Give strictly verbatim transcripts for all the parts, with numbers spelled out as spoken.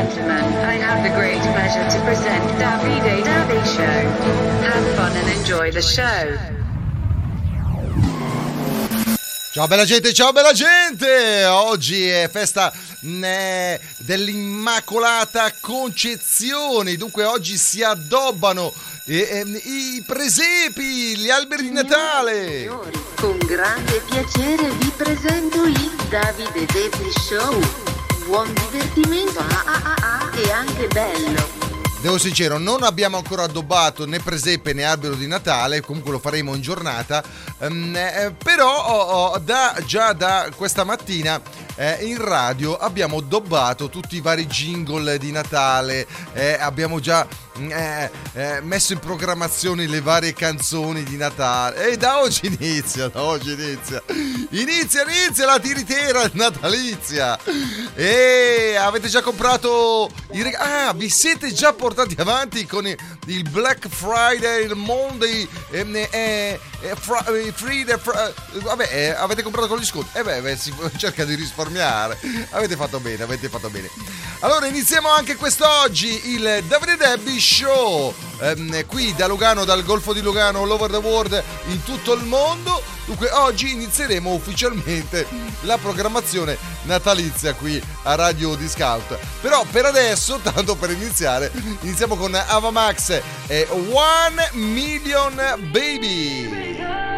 gentlemen, I have the great pleasure to present Davide Davide Show. Have fun and enjoy the show. Ciao bella gente, ciao bella gente! Oggi è festa eh, dell'Immacolata Concezione, dunque oggi si addobbano eh, eh, i presepi, gli alberi di Natale. Con grande piacere vi presento il Davide Davide Show. Buon divertimento ah, ah, ah, ah, e anche bello. Devo sincero, non abbiamo ancora addobbato né presepe né albero di Natale, comunque lo faremo in giornata, um, eh, però oh, oh, da, già da questa mattina eh, in radio abbiamo addobbato tutti i vari jingle di Natale, eh, abbiamo già eh, eh, messo in programmazione le varie canzoni di Natale e da oggi inizia, da oggi inizia, inizia, inizia la tiritera natalizia e avete già comprato i regali, ah vi siete già portati avanti con il Black Friday, il Monday eh, eh, eh, Friday, Friday vabbè eh, avete comprato con gli sconti e eh beh, beh si cerca di risparmiare, avete fatto bene, avete fatto bene. Allora iniziamo anche quest'oggi il Davide Debbie Show ehm, qui da Lugano, dal Golfo di Lugano, all over the world, in tutto il mondo. Dunque oggi inizieremo ufficialmente la programmazione natalizia qui a Radio Discount. Però per adesso, tanto per iniziare, iniziamo con Ava Max e One Million Baby.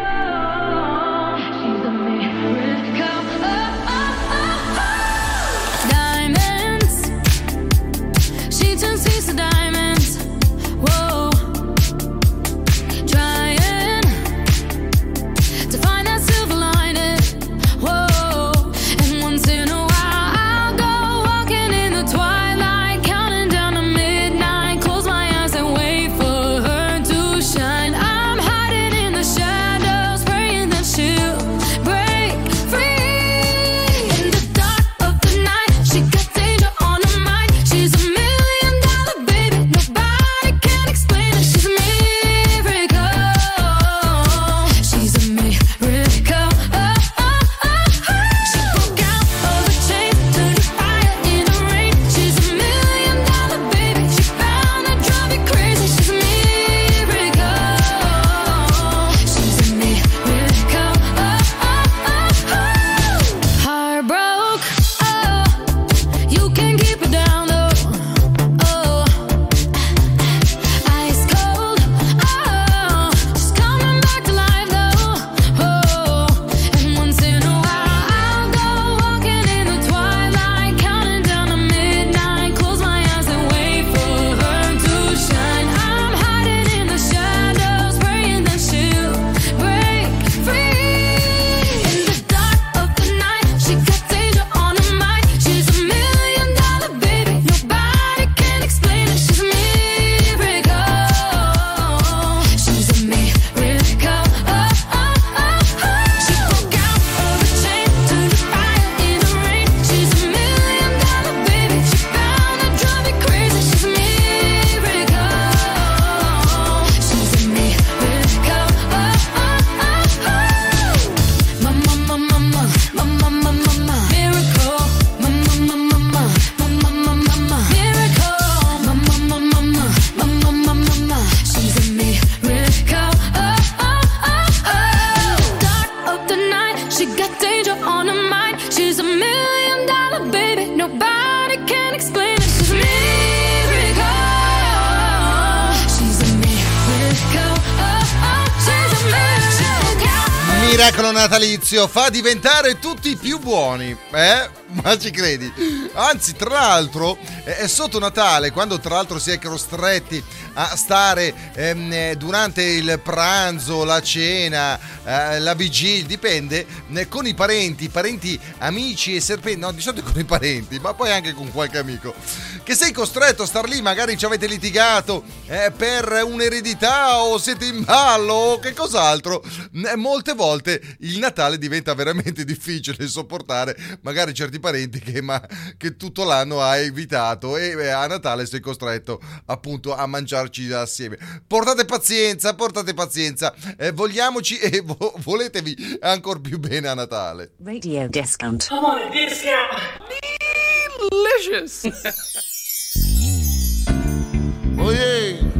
Miracolo natalizio fa diventare tutti più buoni, eh? Ma ci credi? Anzi, tra l'altro, è sotto Natale, quando tra l'altro si è costretti a stare ehm, durante il pranzo, la cena, eh, la vigilia, dipende, eh, con i parenti, parenti, amici e serpenti, no, di solito con i parenti, ma poi anche con qualche amico, che sei costretto a star lì, magari ci avete litigato eh, per un'eredità o siete in ballo o che cos'altro, eh, molte volte il Natale diventa veramente difficile sopportare, magari certi parenti che, ma, che tutto l'anno hai evitato e eh, a Natale sei costretto appunto a mangiarci assieme. Portate pazienza, portate pazienza, eh, vogliamoci e vo- voletevi ancora più bene a Natale. Radio Discount. I want a discount. Delicious.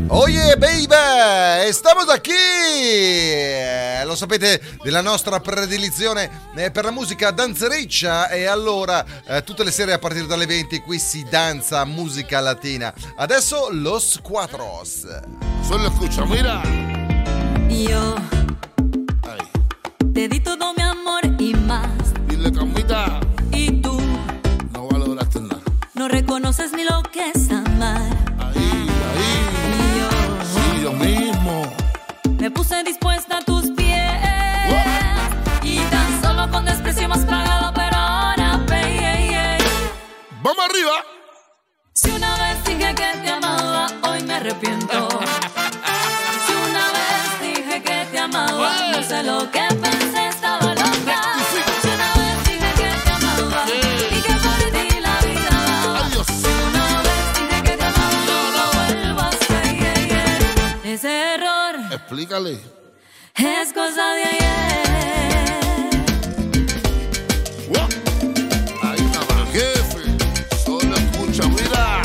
Oh yeah baby, estamos aquí, eh, lo sapete della nostra predilizione eh, per la musica danzereccia, e allora eh, tutte le sere a partire dalle venti qui si danza musica latina. Adesso Los Cuatros. Solo escucha, mira. Yo Ay, te di todo mi amor y más, dile Camita, y tú no valoraste nada. no reconoces ni lo que es amar. Ahí, ahí, Y yo sí, yo mismo. me puse dispuesta a tus pies, y tan solo con desprecio hemos pagado, pero ahora baby. Vamos arriba. Si una vez dije que te amaba, hoy me arrepiento. Si una vez dije que te amaba, no sé lo que pensé, estaba loca. Si una vez dije que te amaba y que por ti la vida daba. Adiós. Si una vez dije que te amaba, no lo vuelvo a hacer. Yeah, yeah. Ese error Explícale. es cosa de ayer. Wow. Ahí nada más, jefe. Solo escucha, mira.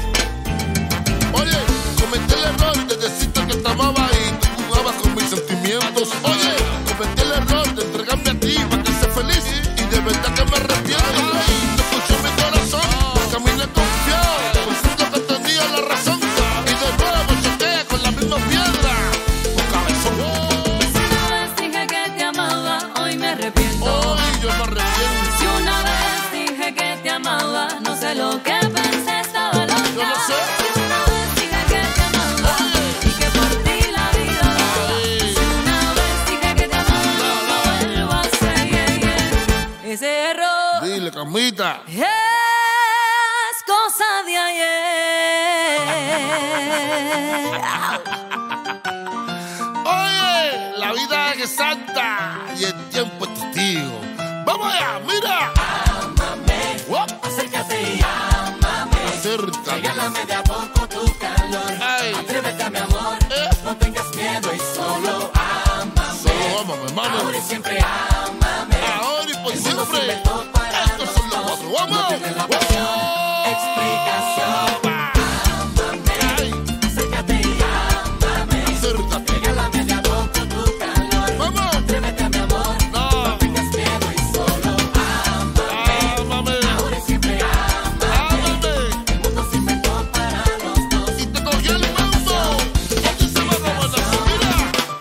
Oye, cometí el error de decirte que te amaba y tú jugabas con mis sentimientos. Oye, cometí el error de entregarme a ti para que seas feliz y de verdad que me arrepiento. No escuché mi corazón, caminé confiado, pensando que tenía la razón y de nuevo choqué con la misma piedra. Tu cabezón. Si una vez dije que te amaba, hoy me arrepiento. Hoy yo me arrepiento. Si una vez dije que te amaba, no sé lo que pensé, estaba loca. Yo lo sé. Si una vez dije que te amaba y que por ti la vida daba. Si una vez dije que te amaba, no lo vuelvo a hacer. Yeah, yeah. Ese error Dile, Camita. es cosa de ayer. Oye, la vida es santa y el tiempo es testigo. Vamos allá, mira. Ámame, Acércate y ámame. acércate. Regálame de a poco tu calor. Ay. Atrévete a mi amor. Eh. No tengas miedo y solo ámame. Solo ámame, mami. Ahora y siempre ámame. Ahora y por El mundo se siempre. inventó para Estos son los nosotros. cuatro. ¡Vamos! No tiene explicación. Ámame. Ay, Acércate y ámame. acércate. Regálame de a poco tu calor. Vamos. Atrévete a mi amor. No. No tengas miedo y solo ámame. Ámame. Ahora y siempre ámame. Ámame. El mundo se inventó para los dos. Y te cogió el mundo. Aquí se va a robar la subida.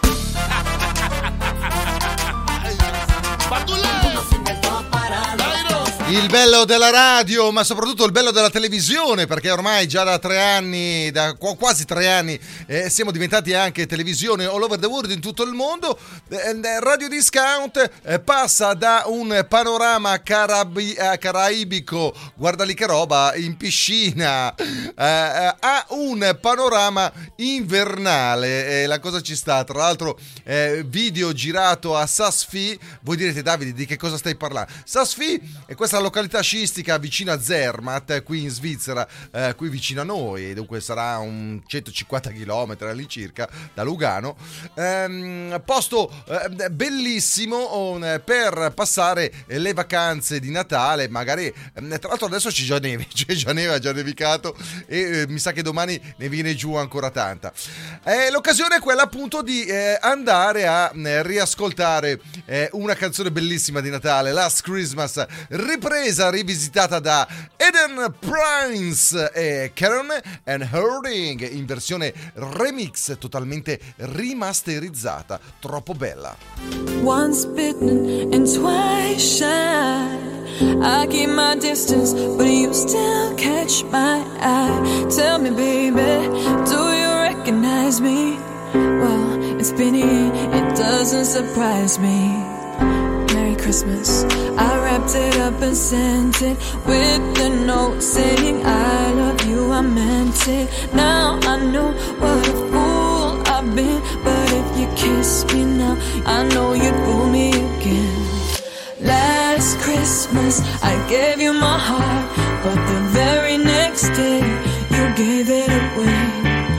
Ay, Batule. Se inventó para los Dairo. Il bello della radio, ma soprattutto il bello della televisione, perché ormai già da tre anni, da qu- quasi tre anni, eh, siamo diventati anche televisione all over the world, in tutto il mondo. Eh, Radio Discount eh, passa da un panorama carabi- eh, caraibico, guarda lì che roba, in piscina, eh, eh, a un panorama invernale. Eh, la cosa ci sta, tra l'altro eh, video girato a Saas-Fee. Voi direte, Davide, di che cosa stai parlando? Saas-Fee è questa località sciistica vicino a Zermatt, qui in Svizzera, eh, qui vicino a noi, dunque sarà un centocinquanta chilometri all'incirca da Lugano. Ehm, posto eh, bellissimo eh, per passare le vacanze di Natale, magari eh, tra l'altro adesso c'è già neve, c'è già neve, ha già nevicato e eh, mi sa che domani ne viene giù ancora tanta. Eh, l'occasione è quella appunto di eh, andare a eh, riascoltare eh, una canzone bellissima di Natale, Last Christmas, ripresa, rivisitata da Eden Prince e Karen and Herding in versione remix totalmente rimasterizzata, troppo bella. Once bitten and twice shy, I keep my distance, but you still catch my eye. Tell me, baby, do you recognize me? Well, it's been a year, it doesn't surprise me. Merry Christmas, I wrapped it up and sent it with a note saying I love you, I meant it. Now I know what a fool I've been, but if you kiss me now, I know you'd fool me again. Last Christmas I gave you my heart, but the very next day you gave it away.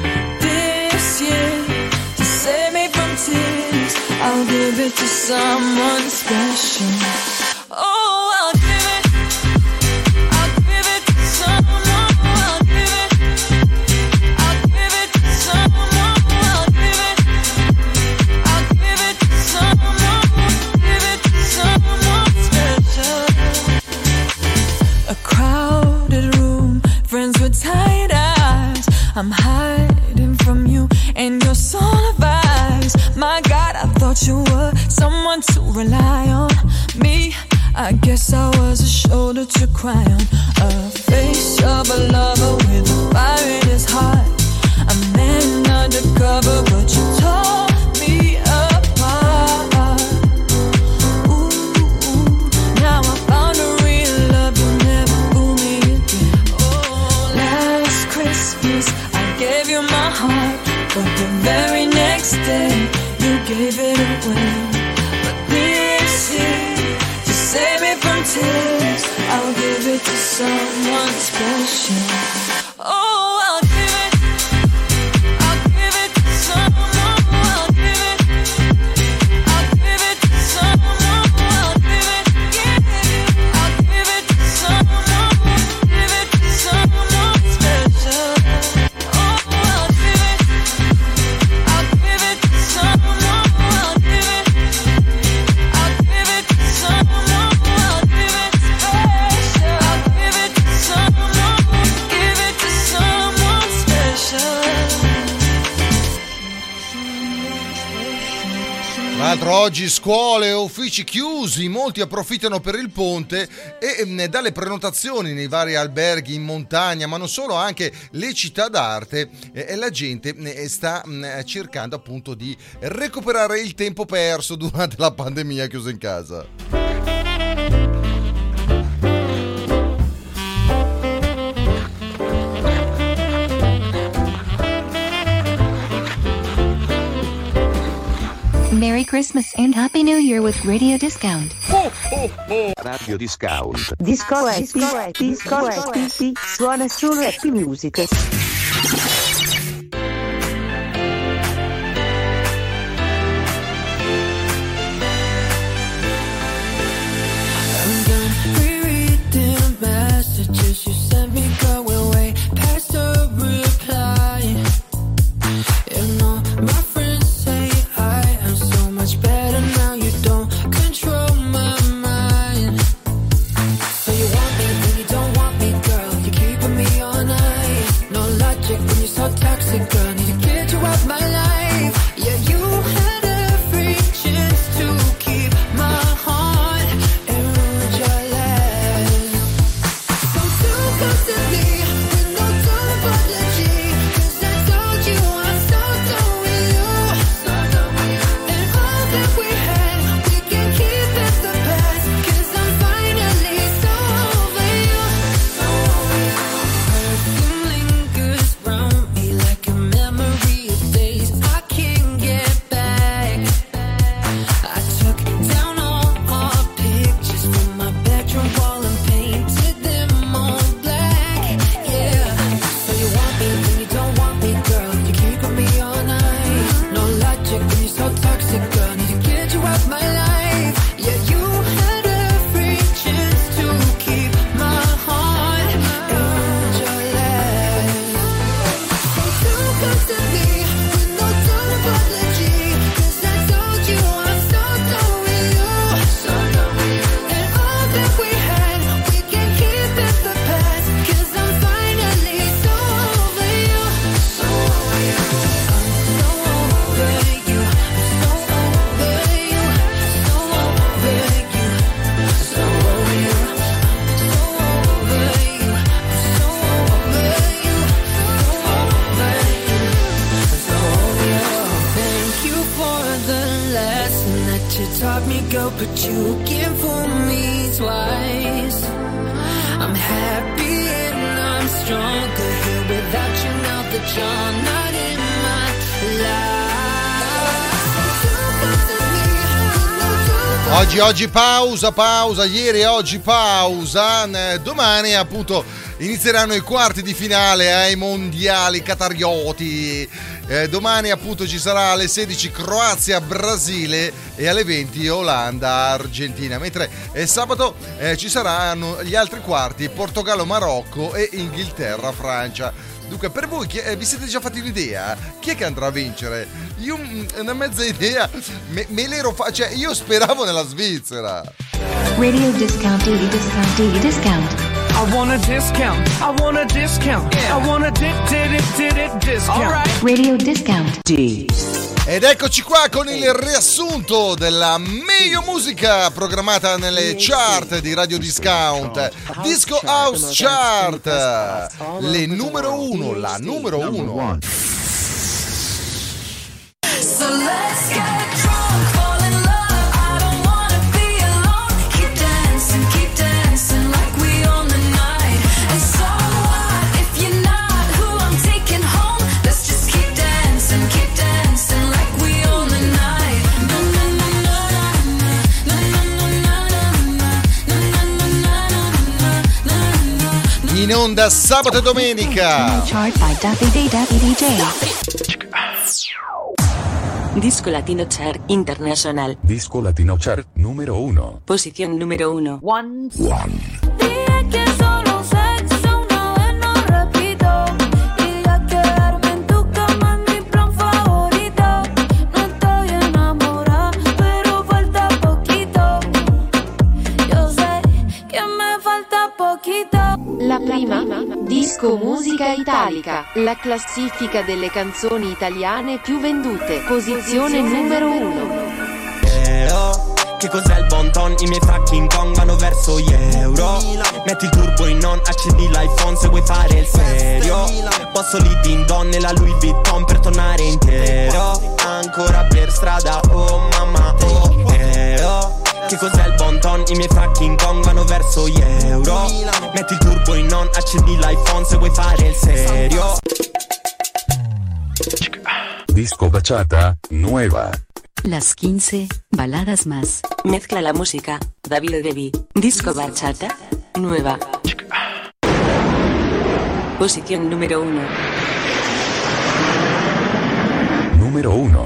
This year, to save me from tears, I'll give it to someone special. Oh, I'll give it, I'll give it to someone, I'll give it, I'll give it to someone. hiding from you and your soul of eyes. My God, I thought you were someone to rely on. Me, I guess I was a shoulder to cry on. A face of a lover with a fire in his heart. A man undercover, but you tore me apart. Ooh, now I found a real love, you'll never fool me again. Oh, last Christmas I gave you my heart, but the very next day you gave it away. But this year, to save me from tears, I'll give it to someone special. Oh, I'll give it. Tra l'altro oggi scuole e uffici chiusi, molti approfittano per il ponte e ne dalle prenotazioni nei vari alberghi in montagna, ma non solo, anche le città d'arte, e la gente sta cercando appunto di recuperare il tempo perso durante la pandemia chiusa in casa. Merry Christmas and Happy New Year with Radio Discount. Radio Discount. Disco Happy, Disco Happy, suona solo happy music. I'm done rereading messages you sent me, going away past the reply. You know my friends say I am so much better now. You don't control my mind. So you want me, then you don't want me, girl. You're keeping me all night. No logic when you're so toxic, girl. Need to get you out my life. Yeah, you had every chance to keep my heart and ruin your life. So too close to me with no time apology. 'Cause I told you I'm so done with you. So done with you. And all that we had, we can keep as the past. 'Cause I'm finally so over you. So over you. Perfume lingers round me like a memory of days I can't get back. I took down all our pictures from my bedroom wall and painted them all black. Yeah. So you want me, then you don't want me, girl. You're keeping me all night. No logic when you're so toxic, girl. Need to get you out my life. Yeah, you had every chance to keep my heart and ruin your life. So too close to me with no time apology. 'Cause I told you I'm so done with you. So done with you. And all that we had, we can keep as the past. 'Cause I'm finally so over you. So over you. I'm so over you. I'm so over you. So over you. So over you. I'm so over you. I'm so over you. So over you. So over you. Thank you for the lesson that you taught me, girl, but you can't fool me twice. I'm happy and I'm stronger here without you now that you're not in my life. Oggi, oggi pausa, pausa, ieri e oggi pausa, eh, domani appunto inizieranno i quarti di finale ai mondiali qatarioti. Eh, domani appunto ci sarà alle sedici Croazia-Brasile e alle venti Olanda-Argentina, mentre eh, sabato eh, ci saranno gli altri quarti Portogallo-Marocco e Inghilterra-Francia. Dunque, per voi chi, eh, vi siete già fatti un'idea? Chi è che andrà a vincere? Io mh, una mezza idea me, me l'ero fa- cioè io speravo nella Svizzera. Radio Discount, D D Discount, D D Discount. I want a discount. I want a discount. Yeah. I want a di- di- di- di- di- discount. All right. Radio Discount. D. Ed eccoci qua con il riassunto della meglio musica programmata nelle chart di Radio Discount. Disco House Chart, le numero uno, la numero uno. So let's get drunk, fall in love. I don't wanna be alone. Keep dancing, keep dancing like we own the night. And so what if you're not who I'm taking home? Let's just keep dancing, keep dancing like we own the night. Na na na na na na na na na. In onda sabato e domenica. Chart by Davide Davide J. Disco Latino Chart International. Disco Latino Chart número uno. Posición número uno. One. One. Dije que solo sexo una vez no repito. Y ya quedarme en tu cama es mi plan favorito. No estoy enamorada, pero falta poquito. Yo sé que me falta poquito. La prima, Disco Musica Italica, la classifica delle canzoni italiane più vendute, posizione numero uno. Che cos'è il bon ton? I miei fucking Kong vanno verso gli euro. Metti il turbo in on, accendi l'iPhone se vuoi fare il serio. Posso lì din don nella Louis Vuitton per tornare intero. Ancora per strada, oh mamma, oh eh oh. Che cos'è il bon ton? I miei fucking Kong vanno verso gli euro. Metti il turbo in on, accendi l'iPhone se vuoi fare il serio. Disco Bachata, nueva. Las quince baladas más. Mezcla la música. David Devi. Disco Bachata. Nueva. Posición número uno. Número uno.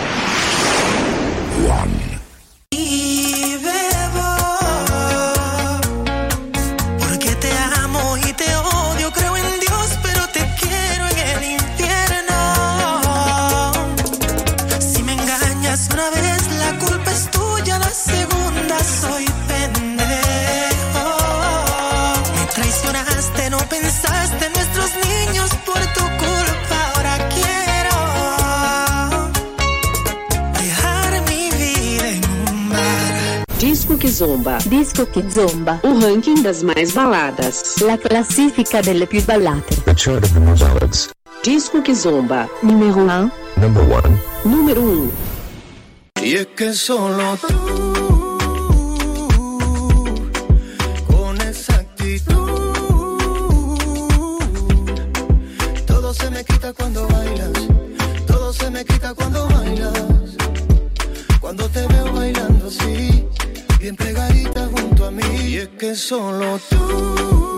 One. Y bebo, porque te amo y te odio. Creo en Dios, pero te quiero en el infierno. Si me engañas una vez, la culpa es tuya. La segunda soy pendejo. Me traicionaste, no pensaste en nuestros niños. Por tu culpa ahora quiero dejar mi vida en un bar. Disco que zomba. Disco que zomba. O ranking das mais baladas. La classifica delle più ballate. The chart of the most ballads. Disco que zomba. Numero uno. Number one. Número um. Y es que solo tú, con esa actitud, todo se me quita cuando bailas, todo se me quita cuando bailas. Cuando te veo bailando así, bien pegadita junto a mí. Y es que solo tú,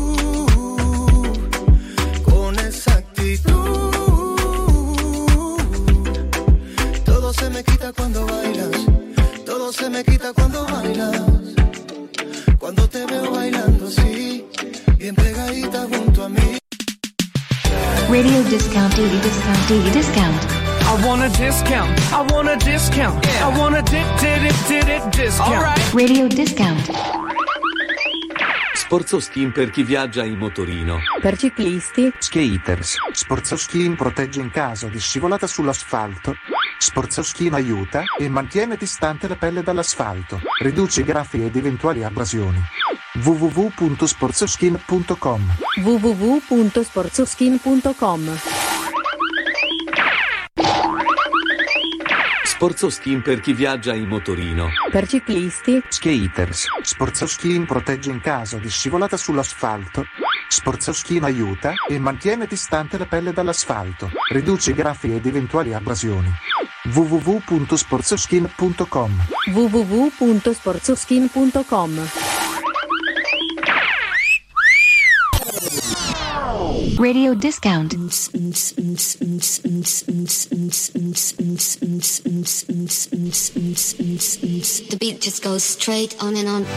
con esa actitud, todo se me quita cuando bailas, todo se me quita cuando bailas. Cuando te veo bailando así, bien pegadita junto a mí. Radio Discount, D V Discount, D V Discount. I want a discount. I want a discount. Yeah. I want a di- di- di- di- di- discount. All right. Radio Discount. Sportsoskin per chi viaggia in motorino. Per ciclisti. Skaters. Sportsoskin protegge in caso di scivolata sull'asfalto. Sportsoskin aiuta e mantiene distante la pelle dall'asfalto. Riduce i graffi ed eventuali abrasioni. w w w punto sportsoskin punto com w w w punto sportsoskin punto com. Sportsoskin per chi viaggia in motorino. Per ciclisti. Skaters. Sportsoskin protegge in caso di scivolata sull'asfalto. Sportsoskin aiuta e mantiene distante la pelle dall'asfalto. Riduce i graffi ed eventuali abrasioni. w w w punto sportsoskin punto com w w w punto sportsoskin punto com. Radio Discount. The beat just goes straight on and on.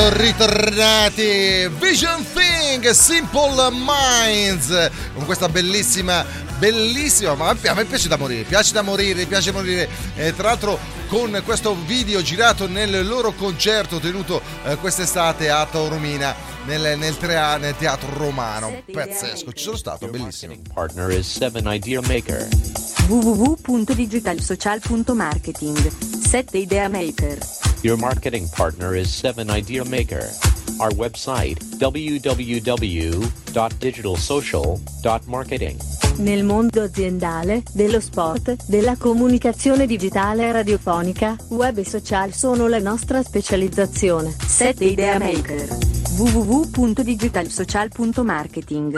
Ecco, ritornati Vision Thing, Simple Minds, con questa bellissima, bellissima, ma a me piace da morire, piace da morire, piace morire, eh, tra l'altro con questo video girato nel loro concerto tenuto eh, quest'estate a Taormina, nel, nel, trea, nel teatro romano, pazzesco, ci sono stato, bellissimo. Partner is seven Idea Maker. w w w punto digitalsocial punto marketing. sette Idea Maker. Your marketing partner is seven Idea Maker. Our website w w w dot digital social dot marketing. Nel mondo aziendale, dello sport, della comunicazione digitale e radiofonica, web e social sono la nostra specializzazione. sette Idea Maker. w w w punto digitalsocial punto marketing.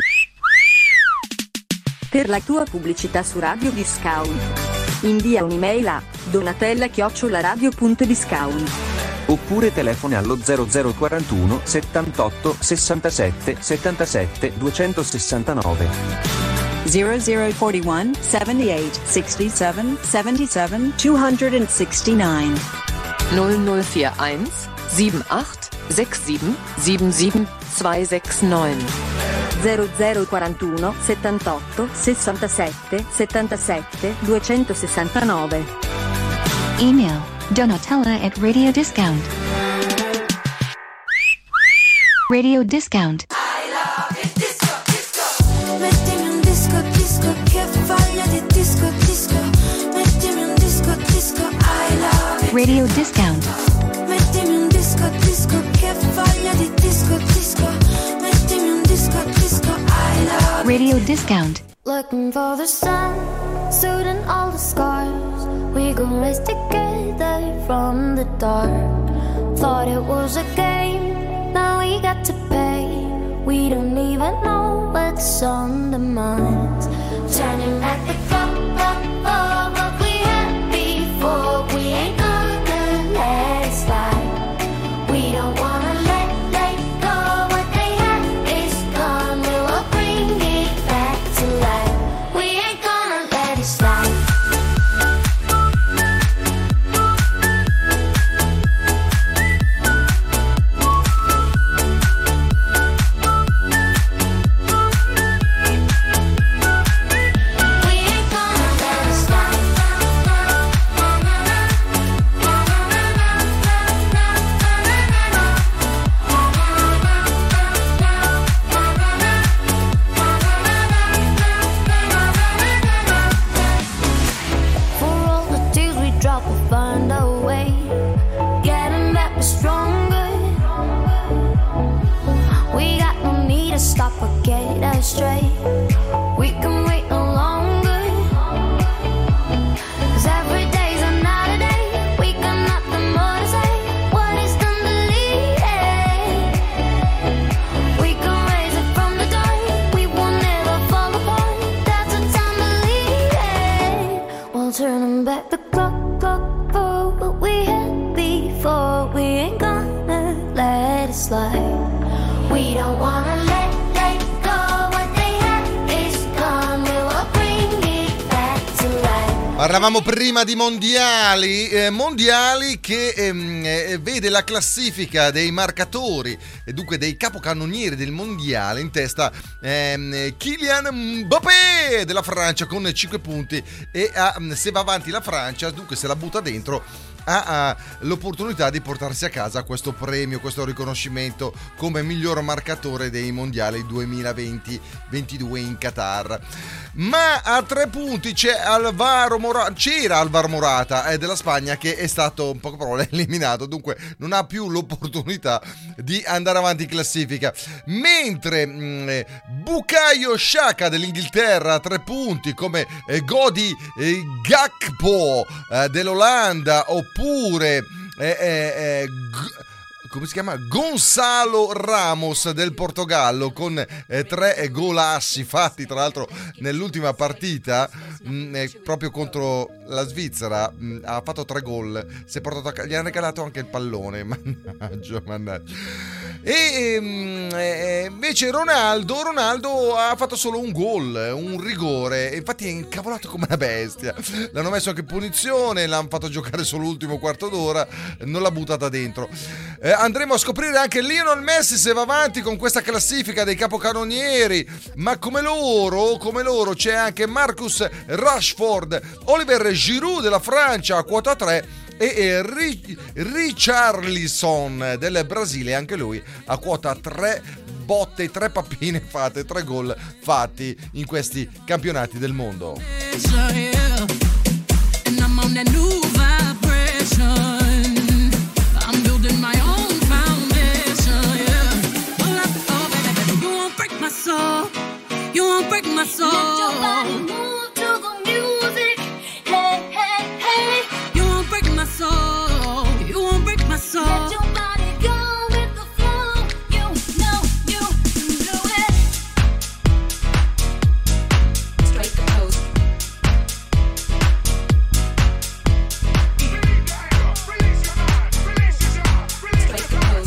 Per la tua pubblicità su Radio Discount, invia un'email a donatella chiocciola radio punto discount. Oppure telefoni allo zero zero quarantuno settantotto sessantasette settantasette duecentosessantanove. zero zero forty-one seventy-eight sixty-seven seventy-seven two sixty-nine. null null vierundvierzig achtundsiebzig siebenundsiebzig siebenundsiebzig zweihundertneunundsechzig. zero zero quarantuno settantotto sessantasette settantasette duecentosessantanove. Email Donatella at Radio Discount. Radio Discount. Mettimi un disco, disco, che voglia di disco, disco. Mettimi un disco, disco, I love it. Radio Discount. Mettimi un disco, disco, che voglia di disco, disco. Mettimi un disco, disco, I love it. Radio Discount. Looking for the sun, suiting all the scars. We go race together from the dark. Thought it was a game, now we got to pay. We don't even know what's on the minds. Turning back the clock, clock, oh, what we had before. We ain't gonna let it slide. We don't wanna let, let go. What they had is gone. We will bring it back to life. We ain't gonna let it slide. Straight. We can wait no longer. 'Cause every day's another day. We got nothing more to say. What is done, believe it. We can raise it from the dark. We will never fall apart. That's what time, believe it. We'll turn them back the clock, clock for what we had before. We ain't gonna let it slide. We don't wanna let Parlavamo prima di mondiali, eh, mondiali che ehm, eh, vede la classifica dei marcatori e dunque dei capocannonieri del mondiale in testa ehm, Kylian Mbappé della Francia con cinque punti e ah, se va avanti la Francia, dunque se la butta dentro, ha, ha l'opportunità di portarsi a casa questo premio, questo riconoscimento come miglior marcatore dei mondiali duemilaventi ventidue in Qatar. Ma a tre punti c'è Alvaro Morata, c'era Alvaro Morata eh, della Spagna, che è stato in poche parole eliminato, dunque non ha più l'opportunità di andare avanti in classifica, mentre mh, Bukayo Saka dell'Inghilterra a tre punti, come eh, Godi eh, Gakpo eh, dell'Olanda, oppure eh, eh, g- come si chiama? Gonzalo Ramos del Portogallo, con eh, tre golassi fatti tra l'altro nell'ultima partita mh, eh, proprio contro la Svizzera. Mh, ha fatto tre gol, si è portato a, gli hanno regalato anche il pallone, mannaggia, mannaggia. E eh, invece Ronaldo Ronaldo ha fatto solo un gol, un rigore, e infatti è incavolato come una bestia. L'hanno messo anche in punizione, l'hanno fatto giocare solo l'ultimo quarto d'ora, non l'ha buttata dentro. Eh, andremo a scoprire anche Lionel Messi se va avanti con questa classifica dei capocannonieri, ma come loro, come loro c'è anche Marcus Rashford, Oliver Giroud della Francia a quota tre e Richarlison del Brasile, anche lui a quota tre botte, tre pappine fatte, tre gol fatti in questi campionati del mondo. Let your body go with the flow. You know you can do it. Straight the pose. Straight the pose.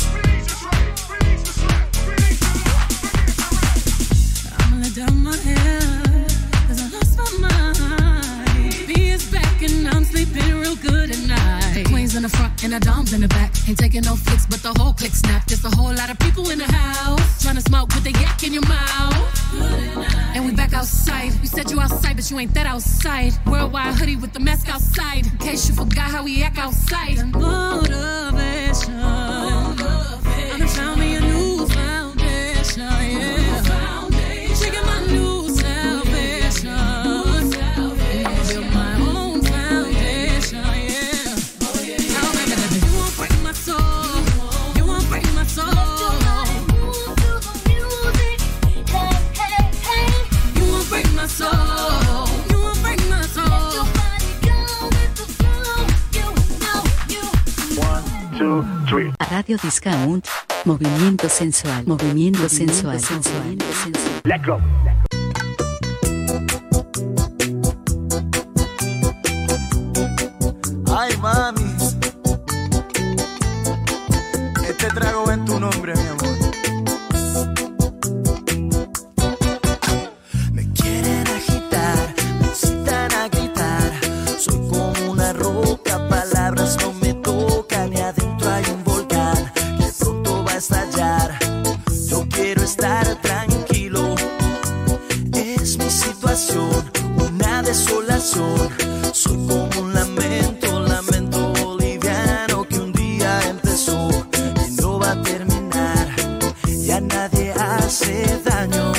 I'ma let down my hair, 'cause I lost my mind. Me is back and I'm sleeping real good at night. Queens in the front and the doms in the back. Ain't taking no flicks, but the whole click snap. There's a whole lot of people in the house trying to smoke with the yak in your mouth. And we back outside. You said you outside, but you ain't that outside. Worldwide hoodie with the mask outside. In case you forgot how we act outside. Motivation. I'm gonna found me a new foundation, yeah. Shaking my new salvation. Build my own foundation, yeah. You won't break my soul. You won't break my soul. You won't break my soul. You won't break my soul. One, two, three. Radio Discount. Movimiento sensual. Movimiento sensual. Movimiento sensual. Let's go. Ay, mami, este trago en tu nombre, mi amor. Me quieren agitar, me incitan a gritar. Soy como una roca, palabras no me tocan. Y adentro hay un volcán que pronto va a estallar. Yo quiero estar tranquilo. Es mi situación, una desolación. Soy como un lamento, lamento boliviano que un día empezó y no va a terminar. Ya nadie hace daño.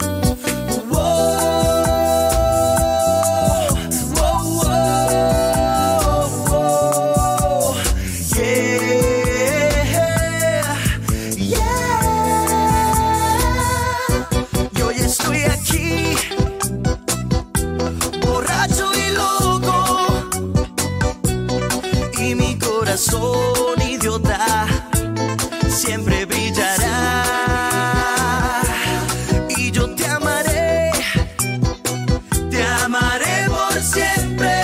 Corazón idiota siempre brillará y yo te amaré, te amaré por siempre.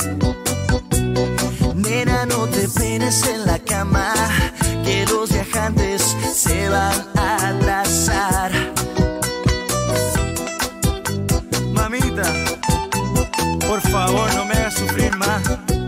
Nena, no te penes en la cama, que los viajantes se van a atrasar. Mamita, por favor, no me hagas sufrir más.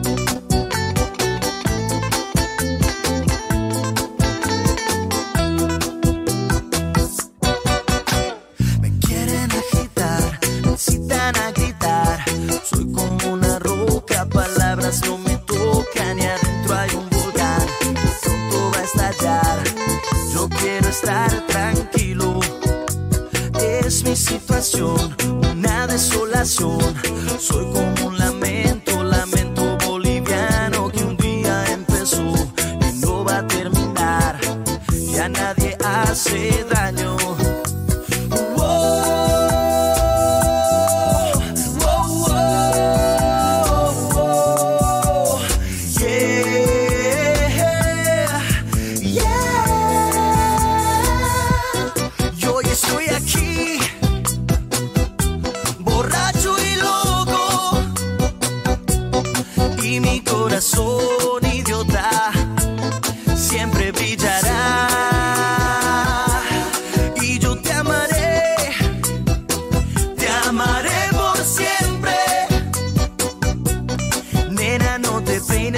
No me tocan y adentro hay un volcán que pronto va a estallar. Yo quiero estar tranquilo. Es mi situación, una desolación. Soy como un lamento, lamento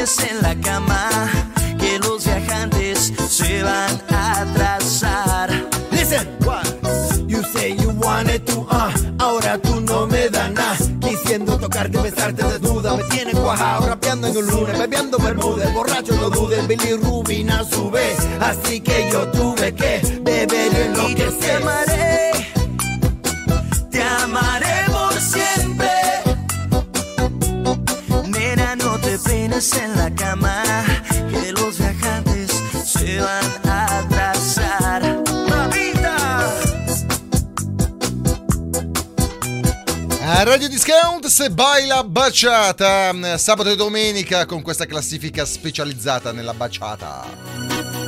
peines en la cama, que los viajantes se van a atrasar. Listen, what? You say you wanted to, uh, ahora tú no me das nada. Quisiendo tocarte, besarte desnuda, me tienes cuajado, rapeando en un lunes, bebiendo bermudes, borracho no dudes, Billy Rubin a su vez. Así que yo tuve que beber en lo Y que yo te amaré, te amaré por siempre. Nena, no te peines en la cama, que los viajantes se van a atrasar. Mamita. A Radio Discount se baila baciata, sabato e domenica con questa classifica specializzata nella baciata.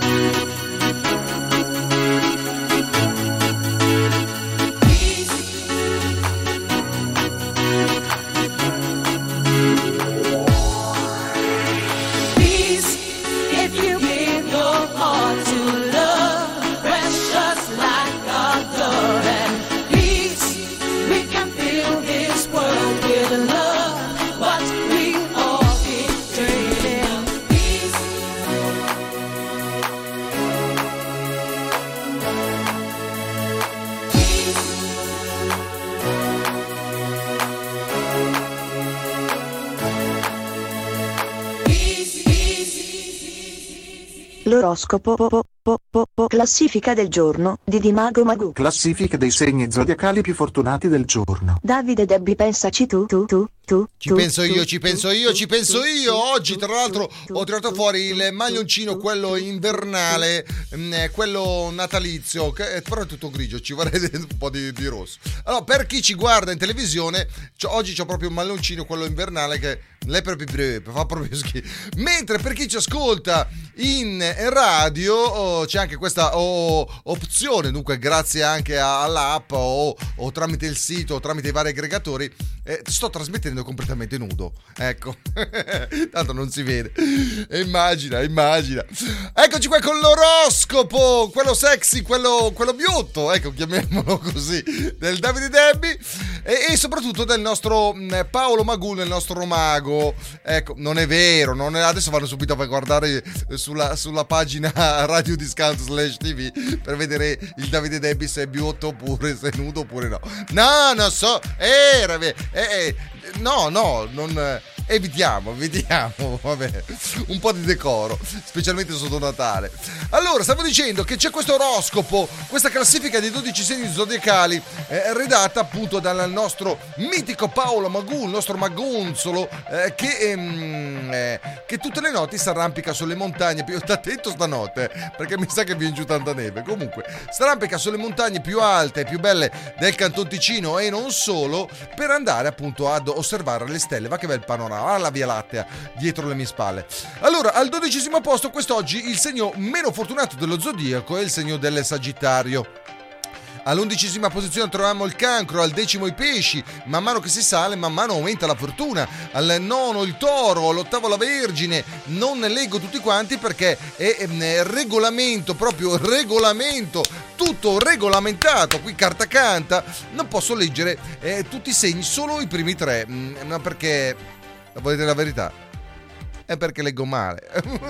L'oroscopo po, po, po, po, po, classifica del giorno di Dimago Magù. Classifica dei segni zodiacali più fortunati del giorno. Davide Debbie, pensaci tu, tu, tu, tu. Ci tu, penso io, tu, ci tu, penso tu, io, tu, ci penso tu, io. tu, Oggi, tra tu, l'altro, tu, ho tirato tu, fuori tu, il tu, maglioncino, tu, quello tu, invernale, mh, quello natalizio, che però è tutto grigio, ci vorrei un po' di, di rosso. Allora, per chi ci guarda in televisione, c'ho- oggi c'ho proprio un maglioncino, quello invernale, che lei proprio fa proprio schifo. Mentre per chi ci ascolta in radio, oh, c'è anche questa oh, opzione, dunque grazie anche a- all'app o, o tramite il sito o tramite i vari aggregatori, eh, sto trasmettendo completamente nudo, ecco. Tanto non si vede. Immagina, immagina. Eccoci qua con l'oroscopo, quello sexy, quello, quello biotto, ecco, chiamiamolo così, del Davide Debbie e, e soprattutto del nostro mh, Paolo Magù, del nostro mago. Ecco, non è vero, non è, adesso vanno subito a guardare sulla, sulla pagina Radio Discount slash tv per vedere il Davide Debbie se è biotto oppure se è nudo oppure no. No, non so, eh, eh, eh, no, no, non... Evitiamo, evitiamo, vabbè, un po' di decoro, specialmente sotto Natale. Allora, stavo dicendo che c'è questo oroscopo, questa classifica dei dodici segni zodiacali, eh, redatta appunto dal nostro mitico Paolo Magù, il nostro magonzolo, eh, che, ehm, eh, che tutte le notti si arrampica sulle montagne più... Sta attento stanotte, eh, perché mi sa che viene giù tanta neve. Comunque, si arrampica sulle montagne più alte e più belle del Canton Ticino e non solo, per andare appunto ad osservare le stelle. Va che bel panorama. Ah, la Via Lattea dietro le mie spalle. Allora, al dodicesimo posto quest'oggi il segno meno fortunato dello zodiaco è il segno del Sagittario. All'undicesima posizione troviamo il Cancro, al decimo i Pesci. Man mano che si sale, man mano aumenta la fortuna. Al nono il Toro, all'ottavo la Vergine. Non ne leggo tutti quanti perché è, è regolamento, proprio regolamento, tutto regolamentato. Qui carta canta. Non posso leggere eh, tutti i segni, solo i primi tre. Ma perché... Volete la verità? È perché leggo male.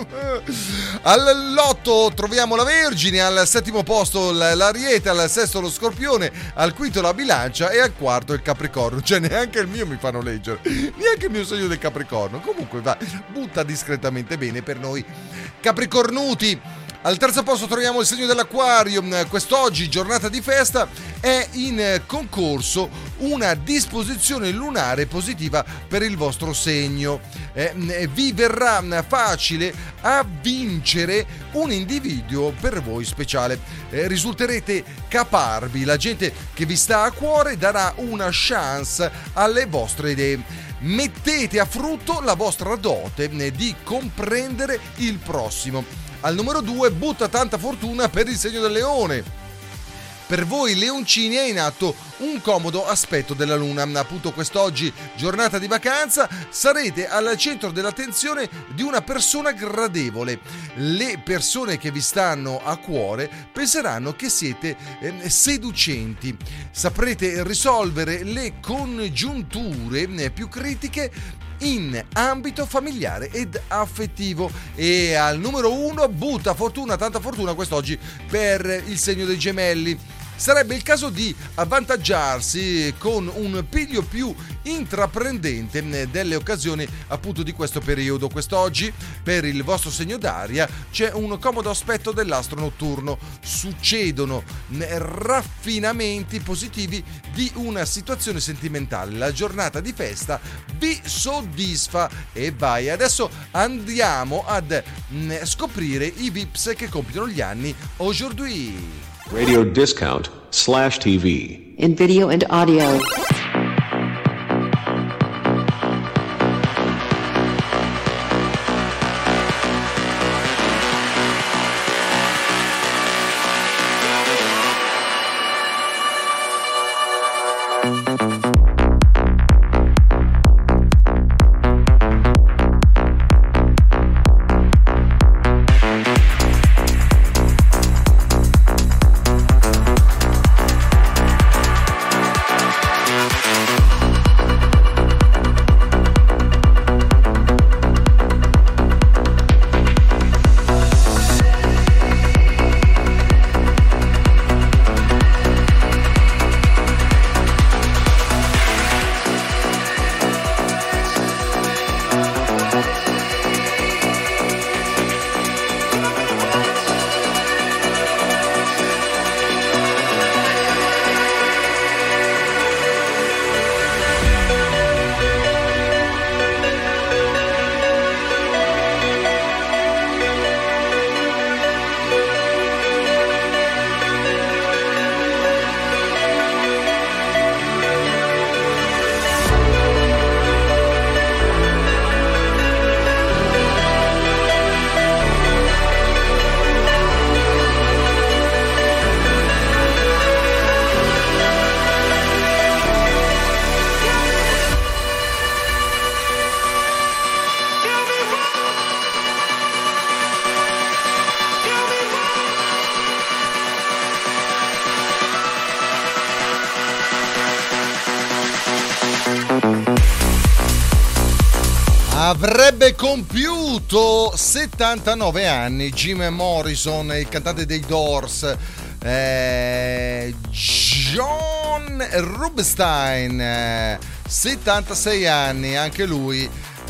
All'otto troviamo la Vergine, al settimo posto l'Ariete, al sesto lo Scorpione, al quinto la Bilancia e al quarto il Capricorno. Cioè neanche il mio mi fanno leggere, neanche il mio segno del Capricorno. Comunque va, butta discretamente bene per noi capricornuti. Al terzo posto troviamo il segno dell'Acquario. Quest'oggi, giornata di festa, è in concorso una disposizione lunare positiva per il vostro segno. Eh, vi verrà facile a vincere un individuo per voi speciale. Eh, risulterete caparbi, la gente che vi sta a cuore darà una chance alle vostre idee. Mettete a frutto la vostra dote di comprendere il prossimo. Al numero due butta tanta fortuna per il segno del Leone. Per voi leoncini è in atto un comodo aspetto della luna. Appunto quest'oggi, giornata di vacanza, sarete al centro dell'attenzione di una persona gradevole. Le persone che vi stanno a cuore penseranno che siete eh, seducenti. Saprete risolvere le congiunture eh, più critiche in ambito familiare ed affettivo. E al numero uno, butta fortuna, tanta fortuna quest'oggi per il segno dei Gemelli. Sarebbe il caso di avvantaggiarsi con un piglio più intraprendente delle occasioni appunto di questo periodo. Quest'oggi per il vostro segno d'aria c'è un comodo aspetto dell'astro notturno. Succedono raffinamenti positivi di una situazione sentimentale. La giornata di festa vi soddisfa e vai. Adesso andiamo ad scoprire i Vips che compiono gli anni aujourd'hui. Radio Discount slash T V. In video and audio. Avrebbe compiuto settantanove anni Jim Morrison, il cantante dei Doors. eh, John Rubinstein, eh, settantasei anni anche lui,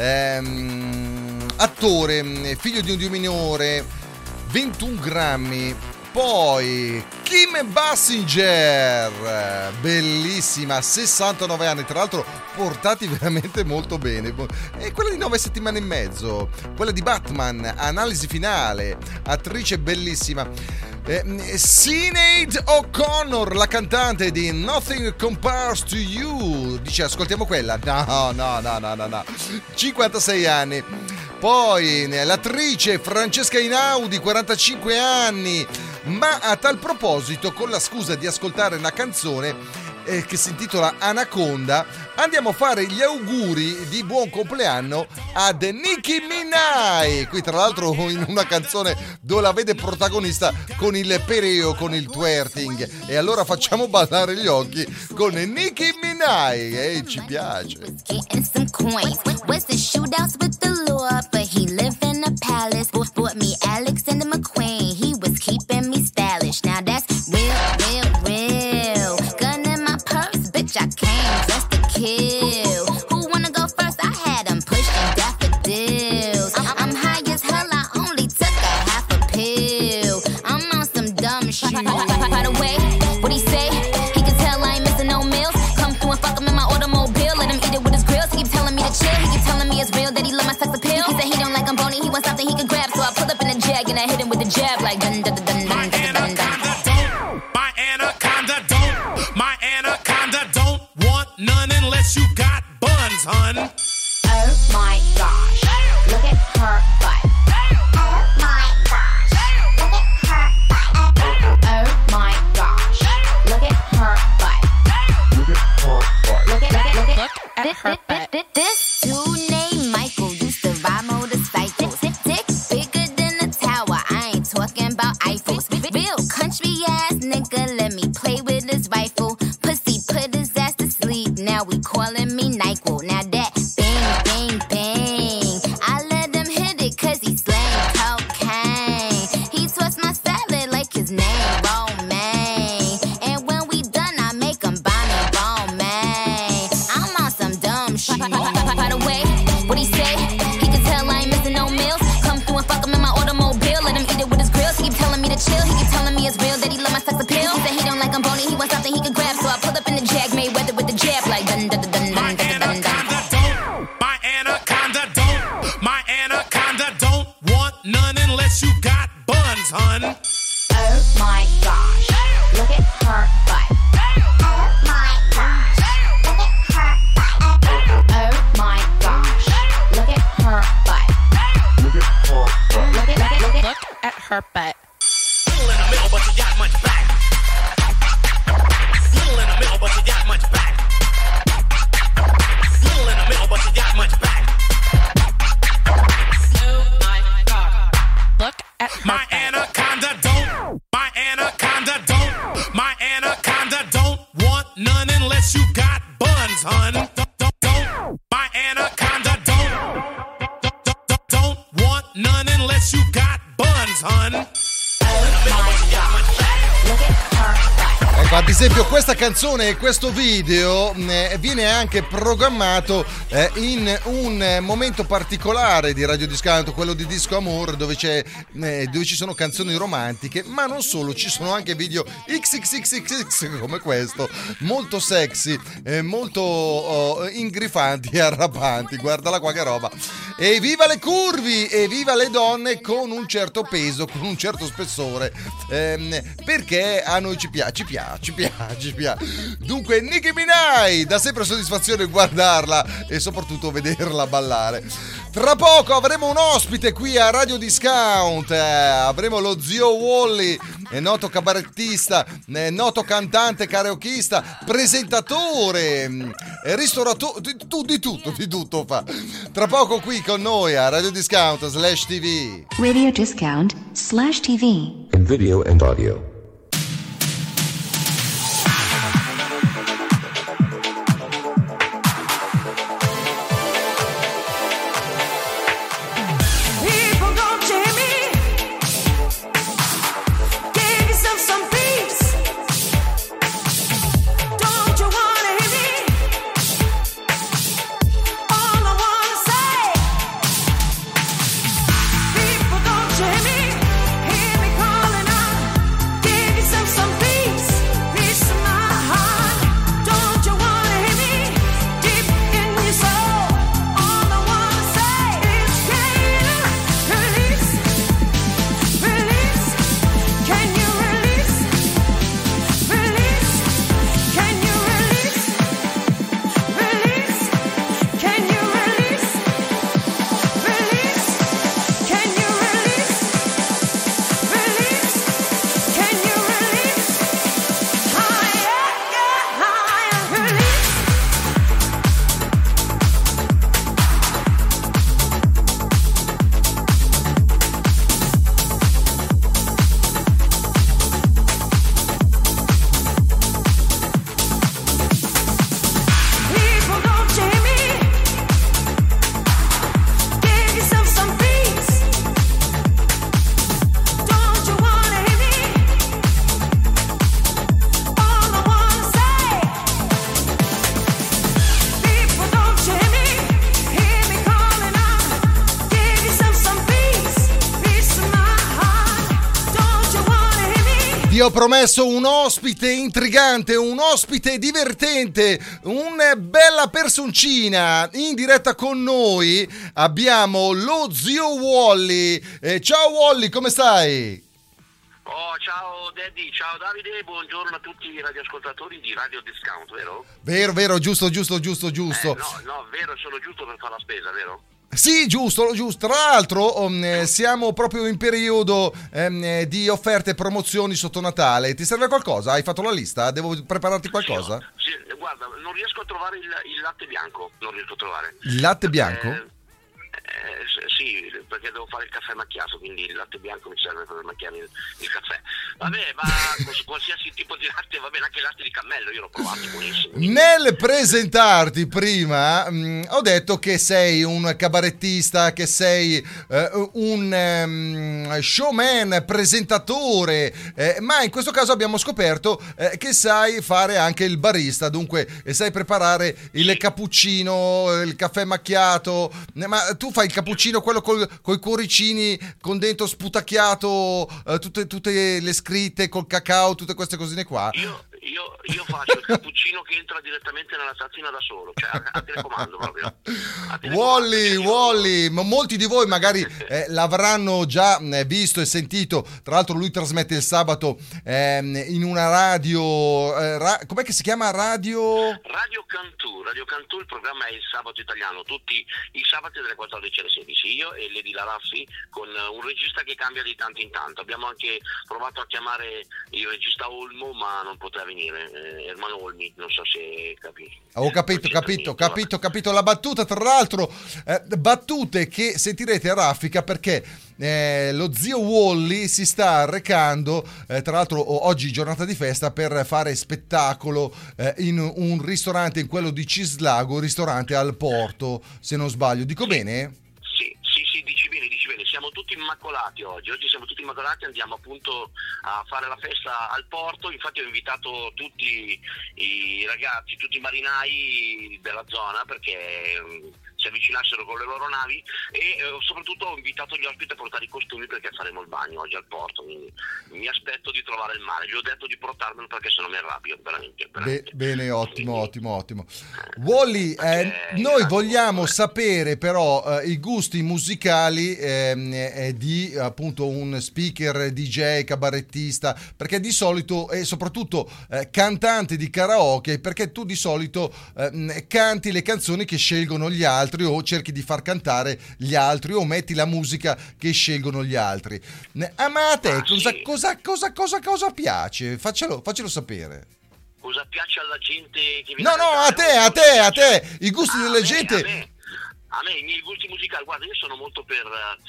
ehm, attore, figlio di un dio minore, ventuno Grammy. Poi Kim Basinger, bellissima, sessantanove anni, tra l'altro portati veramente molto bene. E quella di nove settimane e mezzo, quella di Batman, analisi finale, attrice bellissima. Eh, Sinead O'Connor, la cantante di Nothing Compares to You, dice ascoltiamo quella. No, no, no, no, no, no. cinquantasei anni. Poi l'attrice Francesca Einaudi, quarantacinque anni. Ma a tal proposito, con la scusa di ascoltare una canzone eh, che si intitola Anaconda, andiamo a fare gli auguri di buon compleanno ad Nicki Minaj. Qui tra l'altro in una canzone dove la vede protagonista con il pereo, con il twerking. E allora facciamo ballare gli occhi con Nicki Minaj, e eh, ci piace. Keeping me stylish, now that's real, real, real. Gun in my purse, bitch, I came just to kill. Who wanna go first? I had them pushing daffodils. I'm high as hell, I only took a half a pill. I'm on some dumb shit. By the way, what he say? He can tell I ain't missing no meals. Come through and fuck him in my automobile. Let him eat it with his grills. He keep telling me to chill. He keep telling me it's real that he love my sex appeal. He said he don't like I'm bony, he wants something he can grab. So I pull up in a jag and I hit him with the jab like dun dun dun dun. You got buns, hun. Oh my gosh, look at her butt. Oh my gosh, look at her butt. Oh my gosh, look at her butt. This dude named Michael used to ride motorcycles. Dick, dick, bigger than a tower. I ain't talking about Eiffels. Real country ass nigga, let me play with his rifle. Pussy put his ass to sleep. Now we calling me NyQuil. Now that bang, bang, bang. I let him hit it cause he slang cocaine. He twists my salad like his name, Romaine. And when we done, I make him buy me Romaine. I'm on some dumb shit. By the way, what he say? He can tell I ain't missing no meals. Come through and fuck him in my automobile. Let him eat it with his grills. He keep telling me to chill. He keep telling me it's real that he love my sex appeal. He said he don't like I'm bony. He wants something he can grab. So I pull up in the Jag Mayweather with the jab like dun dun dun dun dun dun dun dun. My anaconda don't, my anaconda don't want none unless you got buns, hun. Oh my gosh, look at her butt. Oh my gosh, look at her butt. Oh my gosh, look at her butt. Look at her butt. Look at, look at, look at, look at her butt. Little in the middle, but you got much back. Little in the middle, but you got much back. Little in the middle, but you got much back. Oh my god. Look at her My anaconda don't, my anaconda don't, my anaconda don't want none unless you got buns, hun. Don't, don't, don't. My anaconda don't, don't, don't, don't want none unless you got buns, hun. Ecco, ad esempio questa canzone e questo video eh, viene anche programmato eh, in un momento particolare di Radio Discanto, quello di Disco Amore, dove c'è eh, dove ci sono canzoni romantiche, ma non solo, ci sono anche video X X X X X come questo, molto sexy, eh, molto oh, ingrifanti e arrapanti. Guardala qua che roba. E viva le curvi, e viva le donne con un certo peso, con un certo spessore, ehm, perché a noi ci piace, ci piace, ci piace, ci piace. Dunque Nicki Minaj, dà sempre soddisfazione guardarla e soprattutto vederla ballare. Tra poco avremo un ospite qui a Radio Discount, eh, avremo lo zio Wally, eh, noto cabarettista, eh, noto cantante, karaokista, presentatore, eh, ristoratore, di, di, di tutto, di tutto fa. Tra poco qui con noi a Radio Discount slash T V. Radio Discount slash T V. In video and audio. People don't hear me. Give yourself some peace. Don't you wanna hear me? All I wanna say. People don't hear me. Hear me calling out. Give yourself some peace. Peace of my heart. Don't you wanna hear me? Deep in your soul. All I wanna say is can you release? Release? Can you release? Release? Can you release? Release? Can you release? Release? Can you release? Release? Can you release? Higher, yeah, higher, release. People don't hear me. Give yourself some peace. Don't you wanna hear me? All I wanna say. People don't hear me. Hear me calling out. Give yourself some peace. Peace of my heart. Don't you wanna hear me? Vi ho promesso un ospite intrigante, un ospite divertente, una bella personcina. In diretta con noi abbiamo lo zio Wally. Eh, ciao Wally, come stai? Oh, ciao Daddy, ciao Davide, buongiorno a tutti i radioascoltatori di Radio Discount, vero? Vero, vero, giusto, giusto, giusto, giusto. Eh, no, no, vero, sono giusto per fare la spesa, vero? Sì, giusto, giusto. Tra l'altro um, eh, siamo proprio in periodo um, di offerte e promozioni sotto Natale. Ti serve qualcosa? Hai fatto la lista? Devo prepararti qualcosa? Sì, sì, guarda, non riesco a trovare il, il latte bianco, non riesco a trovare. Il latte bianco? Eh, eh, sì, perché devo fare il caffè macchiato, quindi il latte bianco mi serve per macchiare il, il caffè. Vabbè, ma qualsiasi tipo di latte, va bene, anche il latte di cammello, io l'ho provato, buonissimo. Nel presentarti prima mh, ho detto che sei un cabarettista, che sei uh, un um, showman, presentatore, eh, ma in questo caso abbiamo scoperto eh, che sai fare anche il barista, dunque eh, sai preparare il sì. cappuccino, il caffè macchiato, ma tu fai il cappuccino quello col, coi cuoricini con dentro sputacchiato, eh, tutte, tutte le scritte col cacao, tutte queste cosine qua. Io, io, io faccio il cappuccino che entra direttamente nella tazzina da solo, cioè a, a telecomando proprio. A telecomando. Wally, Wally, ma molti di voi magari eh, l'avranno già eh, visto e sentito. Tra l'altro lui trasmette il sabato eh, in una radio, eh, ra- com'è che si chiama? Radio? Radio Cantù, Radio Cantù, il programma è il sabato italiano, tutti i sabati dalle quattordici alle sedici, io e Lady Laraffi con un regista che cambia di tanto in tanto. Abbiamo anche provato a chiamare il regista Olmo, ma non poteva venire, eh, Ermano Olmi, non so se capisci. Ho capito, capito, capito, capito la battuta. Tra l'altro eh, battute che sentirete a raffica perché eh, lo zio Wally si sta recando, eh, tra l'altro oggi giornata di festa, per fare spettacolo eh, in un ristorante, in quello di Cislago, ristorante al Porto, se non sbaglio. Dico bene? Sì, sì, sì, dici bene, dici bene. Siamo tutti immacolati oggi. Oggi siamo tutti immacolati, andiamo appunto a fare la festa al porto. Infatti ho invitato tutti i ragazzi, tutti i marinai della zona perché um, si avvicinassero con le loro navi e eh, soprattutto ho invitato gli ospiti a portare i costumi perché faremo il bagno oggi al porto. Quindi mi aspetto di trovare il mare. Gli ho detto di portarmelo perché se no mi arrabbio, veramente. veramente. Be- bene, ottimo, Quindi, ottimo, ottimo. Wally, eh, noi vogliamo sapere però eh, i gusti musicali eh, eh, di appunto un speaker, D J, cabarettista, perché di solito e soprattutto eh, cantante di karaoke, perché tu di solito eh, canti le canzoni che scelgono gli altri o cerchi di far cantare gli altri o metti la musica che scelgono gli altri. Ah, ma a te ah, cosa, sì. cosa, cosa, cosa, cosa piace? Faccelo, faccelo sapere. Cosa piace alla gente che viene No, no, a te, a te, a te, i gusti ah, della a me, gente. A me. A me i miei gusti musicali, guarda, io sono molto per,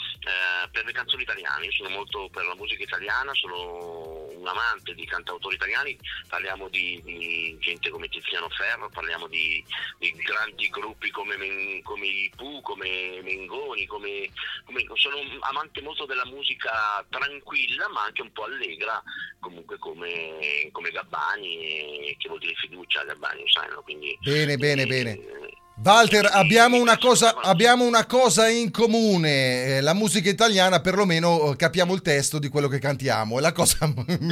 eh, per le canzoni italiane, io sono molto per la musica italiana, sono un amante di cantautori italiani, parliamo di, di gente come Tiziano Ferro, parliamo di, di grandi gruppi come, Men, come i Pooh, come Mengoni, come, come, sono un amante molto della musica tranquilla ma anche un po' allegra, comunque come, come Gabbani, e, che vuol dire fiducia Gabbani, sai, no? Quindi, bene, bene, e, bene. Walter, abbiamo una cosa, abbiamo una cosa in comune, eh, la musica italiana, perlomeno capiamo il testo di quello che cantiamo, e la cosa non è,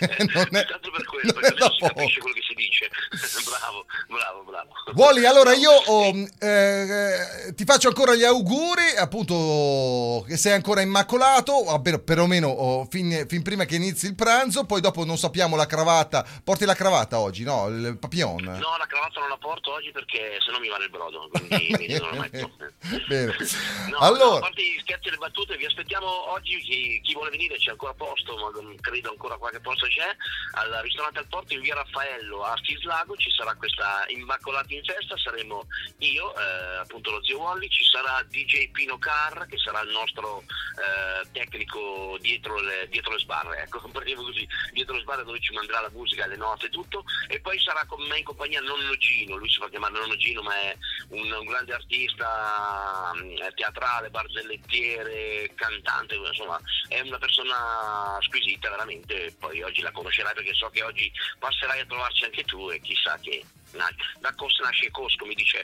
tanto per quello, perché adesso si capisce quello che si dice. bravo, bravo, bravo. Wally, allora io oh, eh, ti faccio ancora gli auguri, appunto, che sei ancora immacolato, perlomeno oh, fin, fin prima che inizi il pranzo, poi dopo non sappiamo la cravatta, porti la cravatta oggi, no? Il papillon. No, la cravatta non la porto oggi perché sennò mi vale il brodo, quindi mi non lo metto. Bene. No, allora, no, a parte gli scherzi e le battute, vi aspettiamo oggi, chi, chi vuole venire, c'è ancora posto, ma credo ancora qualche posto c'è, al ristorante al Porto in via Raffaello a Cislago ci sarà questa Immacolati in festa, saremo io, eh, appunto lo zio Wally, ci sarà D J Pino Carr che sarà il nostro eh, tecnico dietro le, dietro le sbarre, ecco, parliamo così, dietro le sbarre dove ci manderà la musica, le note e tutto, e poi sarà con me in compagnia Nonno Gino, lui si fa chiamare Nonno Gino ma è un, un grande artista eh, teatrale, barzellettiere, cantante, insomma è una persona squisita veramente, poi oggi la conoscerai perché so che oggi passerai a trovarci anche tu e chissà che da cosa nasce Cosco, mi dice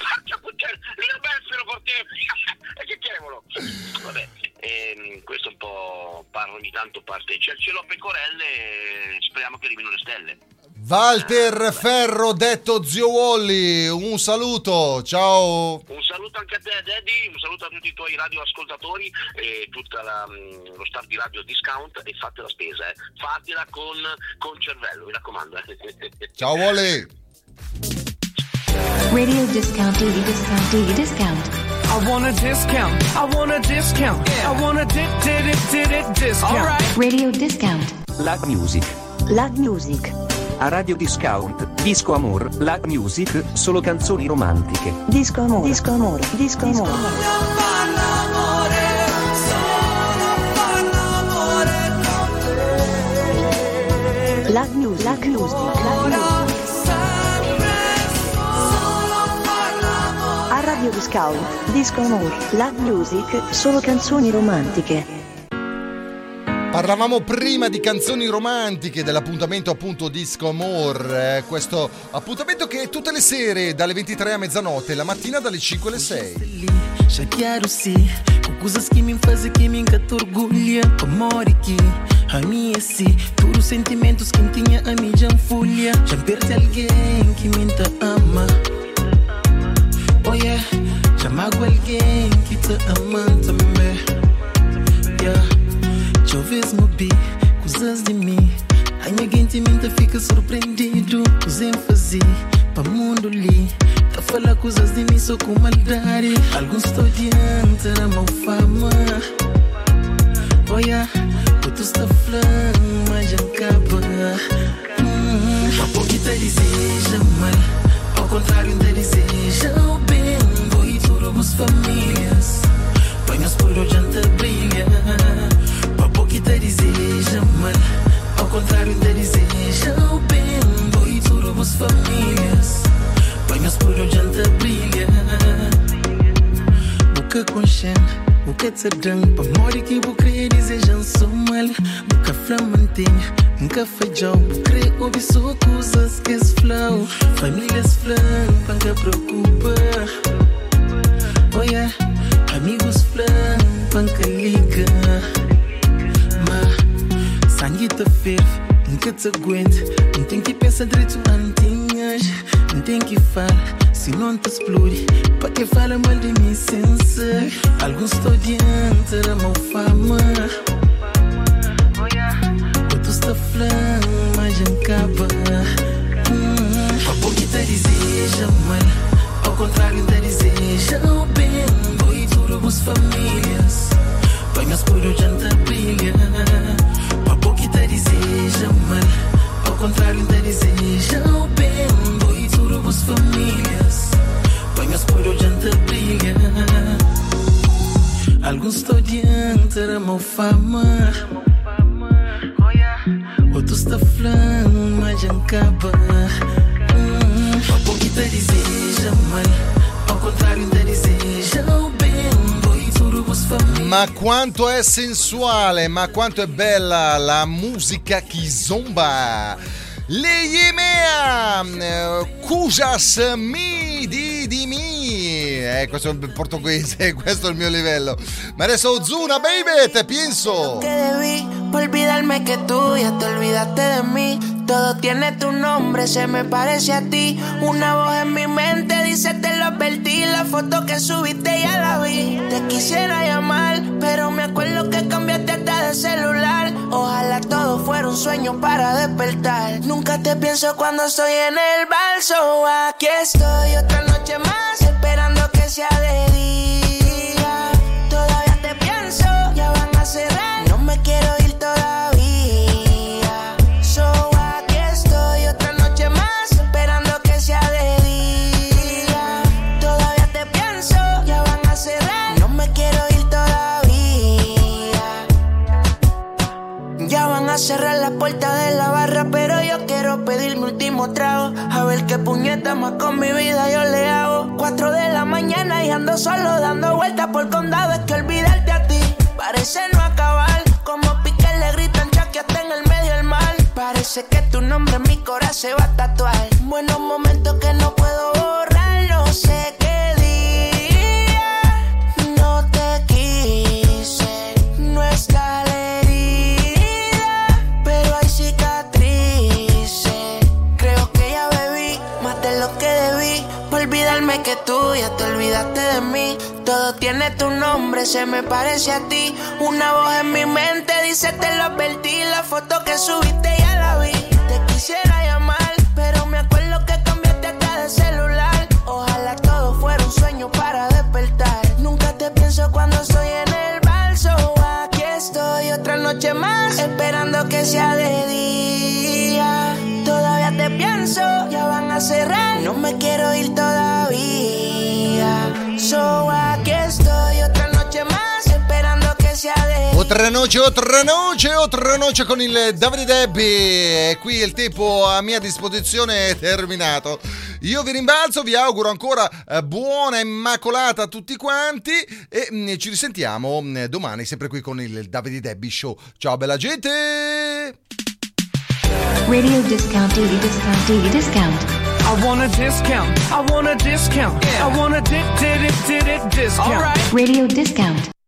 il Belfero portiere e che chiamolo, vabbè, ehm, questo un po' parlo ogni tanto parte, c'è il cielo a pecorelle, speriamo che arrivino le stelle. Walter Ferro, detto zio Wally, un saluto, ciao. Un saluto anche a te Daddy, un saluto a tutti i tuoi radioascoltatori e tutto lo staff di Radio Discount, e fate la spesa, eh. fatela con, con cervello, mi raccomando. Eh. Ciao Wally. Radio Discount, D V Discount, D V Discount. I want a discount. I want a discount. I want a di di di di di discount. All right. Radio Discount. Lag Music. Lag Music. A Radio Discount, Disco Amor, Lag Music, solo canzoni romantiche. Disco Amor. Disco Amor. Disco Amor. Lag Music. Lag Music. Lag Music. A Radio Discount, Disco Amor, Lag Music, solo canzoni romantiche. Parlavamo prima di canzoni romantiche, dell'appuntamento appunto Disco Amor, eh, questo appuntamento che è tutte le sere dalle ventitré a mezzanotte, la mattina dalle cinque alle sei. Já quero sim, com coisas que me fazem que me encanta orgulha. Amor aqui, a mim é sim, todos os sentimentos que tinha a mim já folha. Já perdi alguém que me ama. Oh yeah, já mago alguém que te ama também. Yeah. Choves me bi, coisas de mim. A minha gente mente fica surpreendido. Os ênfase, para mundo ali. Tá falar coisas de mim só com maldade. Alguns estou diante da mal fama. Oh yeah, outros está falando, mas já acaba. Hum, a pouco te deseja mal, ao contrário te deseja o bem. Vou e tudo as famílias, banhos por hoje anta brilha. Que te deseja mal, ao contrário te deseja o bem. Vou e tudo as famílias, banhos por hoje anta brilha. Boca com chão, boca te dão, para morrer que vou querer desejam só mal. Boca flamantinha, nunca feijão, vou querer ouvir só coisas que es flow. Famílias flam, panca preocupa. Oh yeah, amigos flam, panca liga. Sangue te ferve, nunca te aguenta. Não tem que pensar direito antinhas. Não tem que falar, se não te explode. Para que fala mal de mim sem ser. Alguns estão diante da mal fama. Outros te falam, mas já acaba. Hum, a pouco te deseja mal, ao contrário te deseja o bem. Vou e tudo as famílias, banhos por hoje anta brilha. Que te deseja mal, ao contrário te deseja o bem. Vou e tudo as famílias, banhos por hoje anta brilha. Alguns estão diante da mal fama. Outros te falam, mas já acaba. Hum, a que te deseja mal, ao contrário te deseja o bem. Ma quanto è sensuale, ma quanto è bella la musica kizomba. Le Yemea, Cujas mi di di mi. Eh, questo è il portoghese, questo è il mio livello. Ma adesso Ozuna, baby, te pienso. Que debí, por olvidarme que tú ya te olvidaste de mí. Todo tiene tu nombre, se me parece a ti. Una voz en mi mente dice te lo advertí. La foto que subiste ya la vi. Te quisiera llamar, pero me acuerdo que cambiaste hasta de celular. Ojalá todo fuera un sueño para despertar. Nunca te pienso cuando estoy en el bar. So aquí estoy otra noche más, esperando que sea de día. Todavía te pienso, ya van a cerrar. No me quiero ir todavía. A cerrar la puerta de la barra, pero yo quiero pedir mi último trago. A ver qué puñeta más con mi vida yo le hago. Cuatro de la mañana y ando solo dando vueltas por condado. Es que olvidarte a ti parece no acabar. Como Piqué le gritan chaqueate en el medio del mar. Parece que tu nombre en mi corazón se va a tatuar. Buenos momentos que no puedo borrar. No sé qué día no te quise, no está lejos. Olvidarme que tú ya te olvidaste de mí. Todo tiene tu nombre, se me parece a ti. Una voz en mi mente dice te lo advertí. La foto que subiste ya la vi. Te quisiera llamar, pero me acuerdo que cambiaste hasta de celular. Ojalá todo fuera un sueño para despertar. que sea de día. Todavía te pienso, ya van a cerrar. No me quiero ir todavía. So aquí estoy otra noche más, esperando che sia de... Otra noce, otra noce, otra noce con il Davide Debbie. E qui il tempo a mia disposizione è terminato. Io vi rimbalzo, vi auguro ancora eh, buona immacolata a tutti quanti e mh, ci risentiamo mh, domani sempre qui con il Davide Debbie Show. Ciao bella gente! Radio discount, D V discount, D V discount. I want a discount. I want a discount. Yeah. I want a di- di- di- di- discount. All right. Radio discount.